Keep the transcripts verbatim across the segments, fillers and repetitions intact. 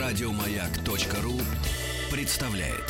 Радиомаяк.ру представляет.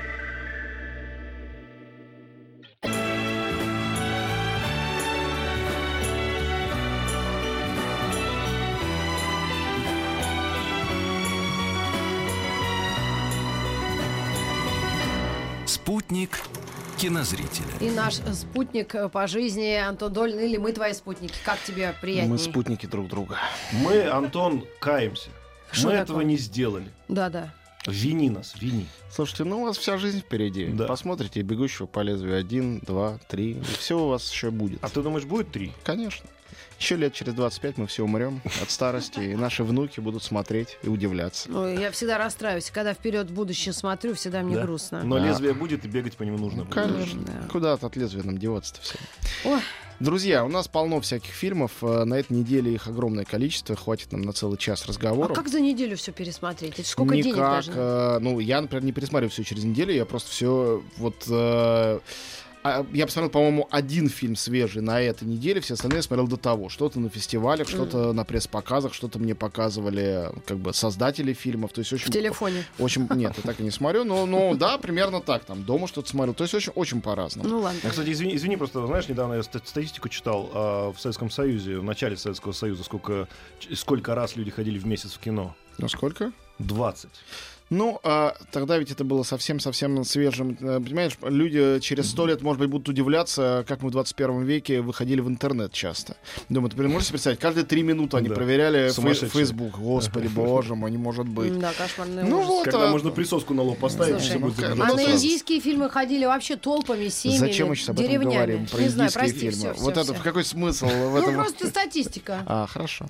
Спутник кинозрителя. И наш спутник по жизни Антон Долин, или мы твои спутники. Как тебе приятнее? Мы спутники друг друга. Мы, Антон, каемся. Что мы такое? этого не сделали. Да-да. Вини нас, вини. Слушайте, ну у вас вся жизнь впереди. Да. Посмотрите «Бегущего по лезвию» один, два, три. И все у вас еще будет. А ты думаешь, будет три? Конечно. Еще лет через двадцать пять мы все умрем от старости, и наши внуки будут смотреть и удивляться. Ой, я всегда расстраиваюсь. Когда вперед в будущее смотрю, всегда мне Да. грустно. Но Да. лезвие будет, и бегать по нему нужно будет. Конечно. Да. Куда-то от лезвия нам деваться-то все. Ой, Друзья, у нас полно всяких фильмов. Э, На этой неделе их огромное количество. Хватит нам на целый час а разговоров. как за неделю все пересмотреть? Это сколько денег Никак. должно? э, ну, я, например, не пересматриваю все через неделю. Я просто все вот... э, а, я посмотрел, по-моему, один фильм свежий на этой неделе. Все остальные я смотрел до того. Что-то на фестивалях, что-то на пресс-показах, что-то мне показывали как бы создатели фильмов. То есть очень... В телефоне. Очень... Нет, я так и не смотрю. Но, но да, примерно так. Там дома что-то смотрю. То есть очень, очень по-разному. Ну ладно. А, кстати, извини, извини, просто, знаешь, недавно я ста- статистику читал а, в Советском Союзе, в начале Советского Союза, сколько, ч- сколько раз люди ходили в месяц в кино. Ну сколько? двадцать. Ну, а тогда ведь это было совсем-совсем свежим. Э, Понимаешь, люди через сто лет, может быть, будут удивляться, как мы в двадцать первом веке выходили в интернет часто. Думаю, ты можешь себе представить, каждые три минуты они Да. проверяли фей- Сумасшедшие. Facebook. Господи, боже мой, не может быть. Да, кошмарный Ну ужас. вот, Когда а- можно присоску на лоб поставить, Слушай, все будет ну, загружаться А ну, на сразу. индийские фильмы ходили вообще толпами, семьями, Зачем мы сейчас об этом деревнями. говорим? Про Не знаю, индийские прости, фильмы. все, все, вот это все. какой смысл в Ну, этом? просто статистика. А, хорошо.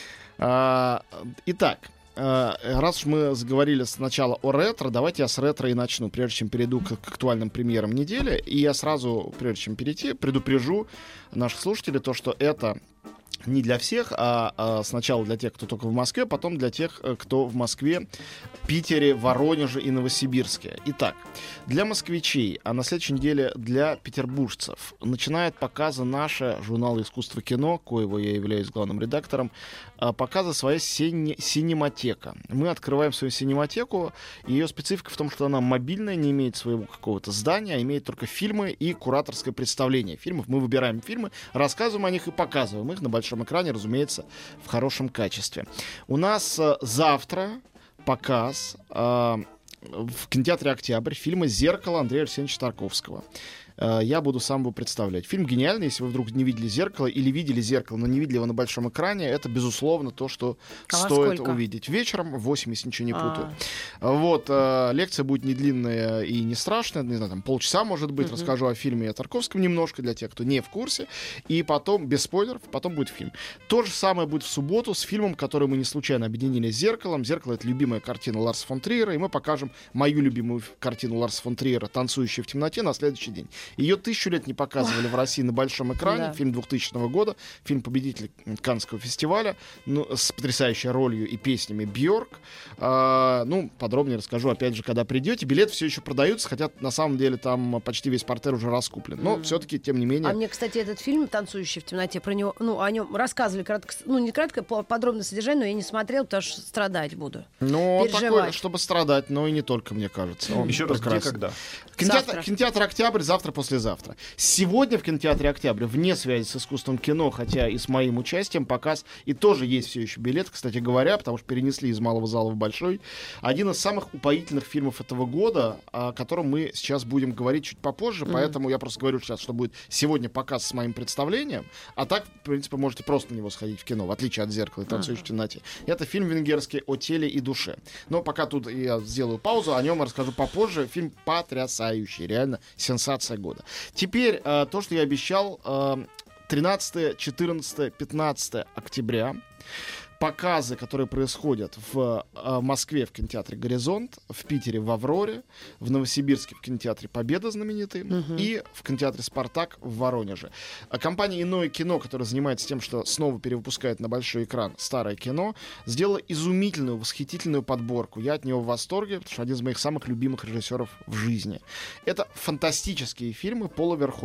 А, итак, а, раз уж мы заговорили сначала о ретро, давайте я с ретро и начну, прежде чем перейду к, к актуальным премьерам недели. И я сразу, прежде чем перейти, предупрежу наших слушателей то, что это не для всех, а, а сначала для тех, кто только в Москве, потом для тех, э, кто в Москве, Питере, Воронеже и Новосибирске. Итак, для москвичей, а на следующей неделе для петербуржцев начинает показы наше журнал «Искусство кино», коего я являюсь главным редактором, а, показы своя сини- синематека. Мы открываем свою синематеку, и ее специфика в том, что она мобильная, не имеет своего какого-то здания, а имеет только фильмы и кураторское представление фильмов. Мы выбираем фильмы, рассказываем о них и показываем их на большом экране, разумеется, в хорошем качестве. У нас э, завтра показ э, в кинотеатре «Октябрь» фильма «Зеркало» Андрея Арсеньевича Тарковского. Э, Я буду сам его представлять. Фильм гениальный. Если вы вдруг не видели «Зеркало» или видели «Зеркало», но не видели его на большом экране, это, безусловно, то, что А во стоит сколько? увидеть. Вечером в восемь, если ничего не А. путаю. Вот. э, Лекция будет не длинная и не страшная. Не знаю, там полчаса, может быть. Мгм. Расскажу о фильме Тарковском немножко для тех, кто не в курсе. И потом, без спойлеров, потом будет фильм. То же самое будет в субботу с фильмом, который мы не случайно объединили с «Зеркалом». «Зеркало» — это любимая картина Ларса фон Триера, и мы покажем мою любимую ф- картину Ларса фон Триера «Танцующая в темноте» на следующий день. Ее тысячу лет не показывали в России на большом экране. Да. Фильм двухтысячного года, фильм победитель Каннского фестиваля, ну, с потрясающей ролью и песнями Бьорк. А, ну, подробнее расскажу, опять же, когда придете. Билеты все еще продаются, хотя на самом деле там почти весь партер уже раскуплен. Но Мгм. все-таки, тем не менее... А мне, кстати, этот фильм «Танцующий в темноте», про него, ну, о нем рассказывали кратко, ну, не кратко, по- подробное содержание, но я не смотрел, потому что страдать буду. Ну, он такой, переживать. чтобы страдать, но и не только, мне кажется. Он Еще раз, где, прекрасен. когда? Кинотеатр, Завтра. кинотеатр «Октябрь» завтра-послезавтра. Сегодня в кинотеатре «Октябрь», вне связи с искусством кино, хотя и с моим участием, показ, и тоже есть все еще билет, кстати говоря, потому что перенесли из малого зала в большой. Один из самых упоительных фильмов этого года, о котором мы сейчас будем говорить чуть попозже, Мгм. поэтому я просто говорю сейчас, что будет сегодня показ с моим представлением, а так, в принципе, можете просто на него сходить в кино, в отличие от «Зеркала» и «Танцующей в темноте». Это фильм венгерский о теле и душе. Но пока тут я сделаю паузу, о нем я расскажу попозже. Фильм потрясающий, реально сенсация года. Теперь э, то, что я обещал, э, тринадцатое, четырнадцатое, пятнадцатое октября. Показы, которые происходят в э, Москве в кинотеатре «Горизонт», в Питере в «Авроре», в Новосибирске в кинотеатре «Победа» знаменитый, Мгм. и в кинотеатре «Спартак» в Воронеже. А компания «Иное кино», которая занимается тем, что снова перевыпускает на большой экран старое кино, сделала изумительную, восхитительную подборку. Я от него в восторге, потому что один из моих самых любимых режиссеров в жизни. Это фантастические фильмы Пола Верховена.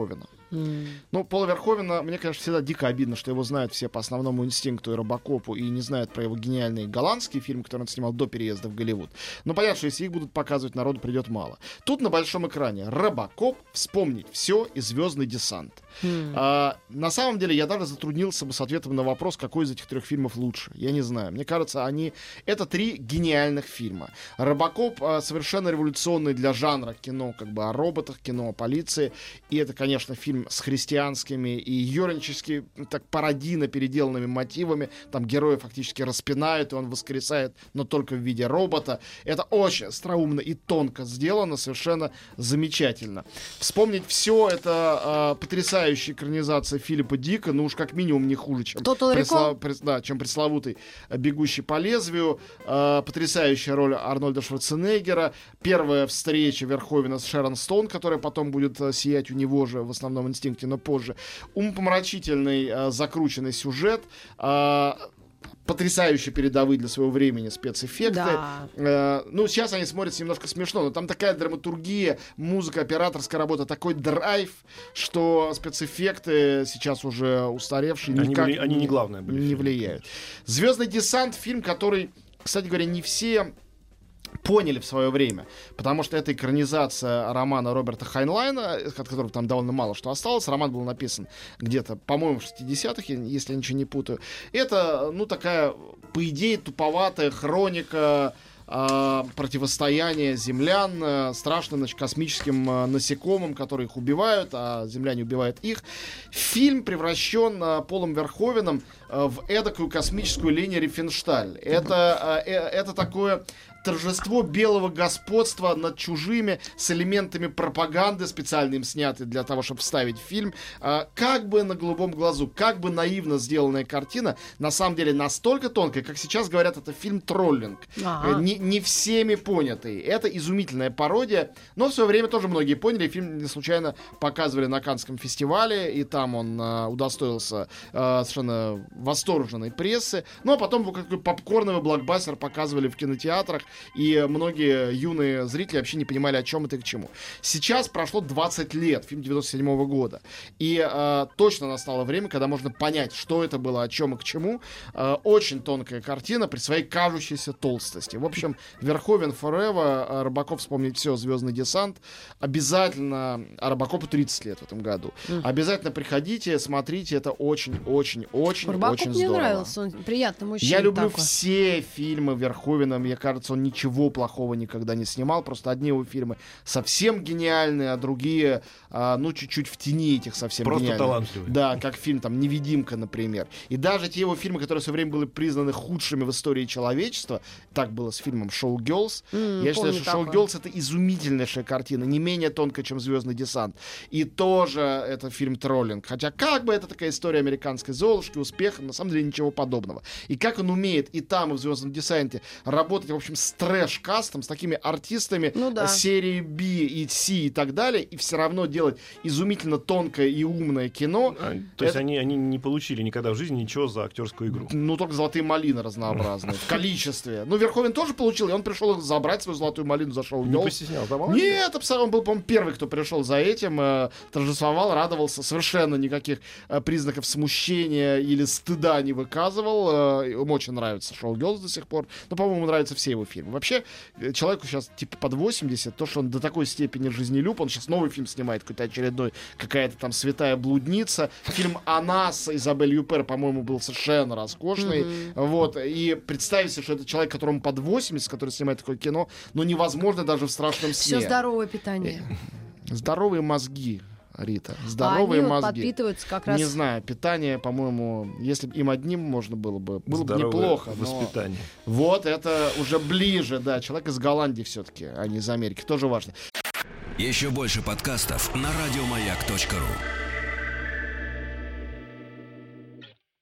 Mm. Ну, Пола Верховена, мне, конечно, всегда дико обидно, что его знают все по «Основному инстинкту» и «Робокопу» и не знают про его гениальный голландский фильм, который он снимал до переезда в Голливуд. Но понятно, что если их будут показывать, народу придет мало. Тут на большом экране «Робокоп», «Вспомнить все» и «Звездный десант». Mm. А, на самом деле, я даже затруднился бы с ответом на вопрос, какой из этих трех фильмов лучше. Я не знаю. Мне кажется, они... Это три гениальных фильма. «Робокоп» а, совершенно революционный для жанра кино, как бы о роботах, кино о полиции. И это, конечно, фильм с христианскими и юрнически так пародийно переделанными мотивами. Там героя фактически распинают, и он воскресает, но только в виде робота. Это очень остроумно и тонко сделано, совершенно замечательно. «Вспомнить все» — это э, потрясающая экранизация Филиппа Дика, ну уж как минимум не хуже, чем, пресла... прес... да, чем пресловутый «Бегущий по лезвию». Э, потрясающая роль Арнольда Шварценеггера. Первая встреча Верховена с Шерон Стоун, которая потом будет э, сиять у него же в «Основном инстинкте», но позже. Умопомрачительный, э, закрученный сюжет. Э, потрясающе передовые для своего времени спецэффекты. Да. Э, ну, сейчас они смотрятся немножко смешно, но там такая драматургия, музыка, операторская работа, такой драйв, что спецэффекты сейчас уже устаревшие они никак были, они не, главное были не влияют. «Звездный десант» — фильм, который, кстати говоря, не все поняли в свое время, потому что это экранизация романа Роберта Хайнлайна, от которого там довольно мало что осталось. Роман был написан где-то, по-моему, в шестидесятых, если я ничего не путаю. Это, ну, такая, по идее, туповатая хроника э, противостояния землян э, страшным, значит, космическим э, насекомым, которые их убивают, а земляне убивают их. Фильм превращен э, Полом Верховеном э, в эдакую космическую линию Рифеншталь. Это, э, э, это такое торжество белого господства над чужими с элементами пропаганды, специально им сняты для того, чтобы вставить в фильм. А, как бы на голубом глазу, как бы наивно сделанная картина, на самом деле настолько тонкая, как сейчас говорят, это фильм троллинг. Ага. Не, не всеми понятый. Это изумительная пародия, но в свое время тоже многие поняли. Фильм не случайно показывали на Каннском фестивале, и там он а, удостоился а, совершенно восторженной прессы. Ну, а потом какой попкорновый блокбастер показывали в кинотеатрах, и многие юные зрители вообще не понимали, о чем это и к чему. Сейчас прошло двадцать лет, фильм девяносто седьмого года, и э, точно настало время, когда можно понять, что это было, о чем и к чему. Э, очень тонкая картина при своей кажущейся толстости. В общем, Верховен forever, э, Робокоп «Вспомнить все», «Звездный десант». Обязательно, а Робокопу тридцать лет в этом году. Mm. Обязательно приходите, смотрите, это очень-очень-очень очень мне здорово. Нравился, он приятный мужчина. Я люблю такой. все фильмы Верховена, мне кажется, он ничего плохого никогда не снимал. Просто одни его фильмы совсем гениальные, а другие, а, ну, чуть-чуть в тени этих совсем просто гениальных. талантливые. Да, как фильм там «Невидимка», например. И даже те его фильмы, которые в свое время были признаны худшими в истории человечества, так было с фильмом «Шоу Гёрлз». Mm, Я считаю, что «Шоу Гёрлз» — это изумительнейшая картина, не менее тонкая, чем «Звездный десант». И тоже это фильм троллинг. Хотя как бы это такая история американской Золушки, успеха, на самом деле ничего подобного. И как он умеет и там, и в «Звездном десанте» работать, в общем, с трэш-кастом, с такими артистами ну, да. серии B и C и так далее, и все равно делать изумительно тонкое и умное кино. А, то это... есть они, они не получили никогда в жизни ничего за актерскую игру? Ну, только «Золотые малины» разнообразные, в количестве. Ну, Верховен тоже получил, и он пришел забрать свою «Золотую малину» за «Шоу Не Гёрлз». постеснялся, да? Нет, абсолютно. Он был, по-моему, первый, кто пришел за этим, э, торжествовал, радовался, совершенно никаких э, признаков смущения или стыда не выказывал. Э, ему очень нравится «Шоу Гёрлз» до сих пор, но, по-моему, нравятся все его фильмы. Вообще, человеку сейчас типа под восемьдесят, то, что он до такой степени жизнелюб, он сейчас новый фильм снимает, какой-то очередной, какая-то там «Святая блудница». Фильм «Она» с Изабель Юпер, по-моему, был совершенно роскошный. Mm-hmm. Вот. И представить себе, что это человек, которому под восемьдесят, который снимает такое кино, ну, невозможно даже в страшном сне. Все здоровое питание. Здоровые мозги, Рита. Здоровые а они мозги. Вот подпитываются как раз. Не знаю, питание, по-моему, если бы им одним можно было бы, было бы Здоровое неплохо. воспитание. Но вот это уже ближе, да. Человек из Голландии все-таки, а не из Америки. Тоже важно. Еще больше подкастов на радиомаяк точка ру.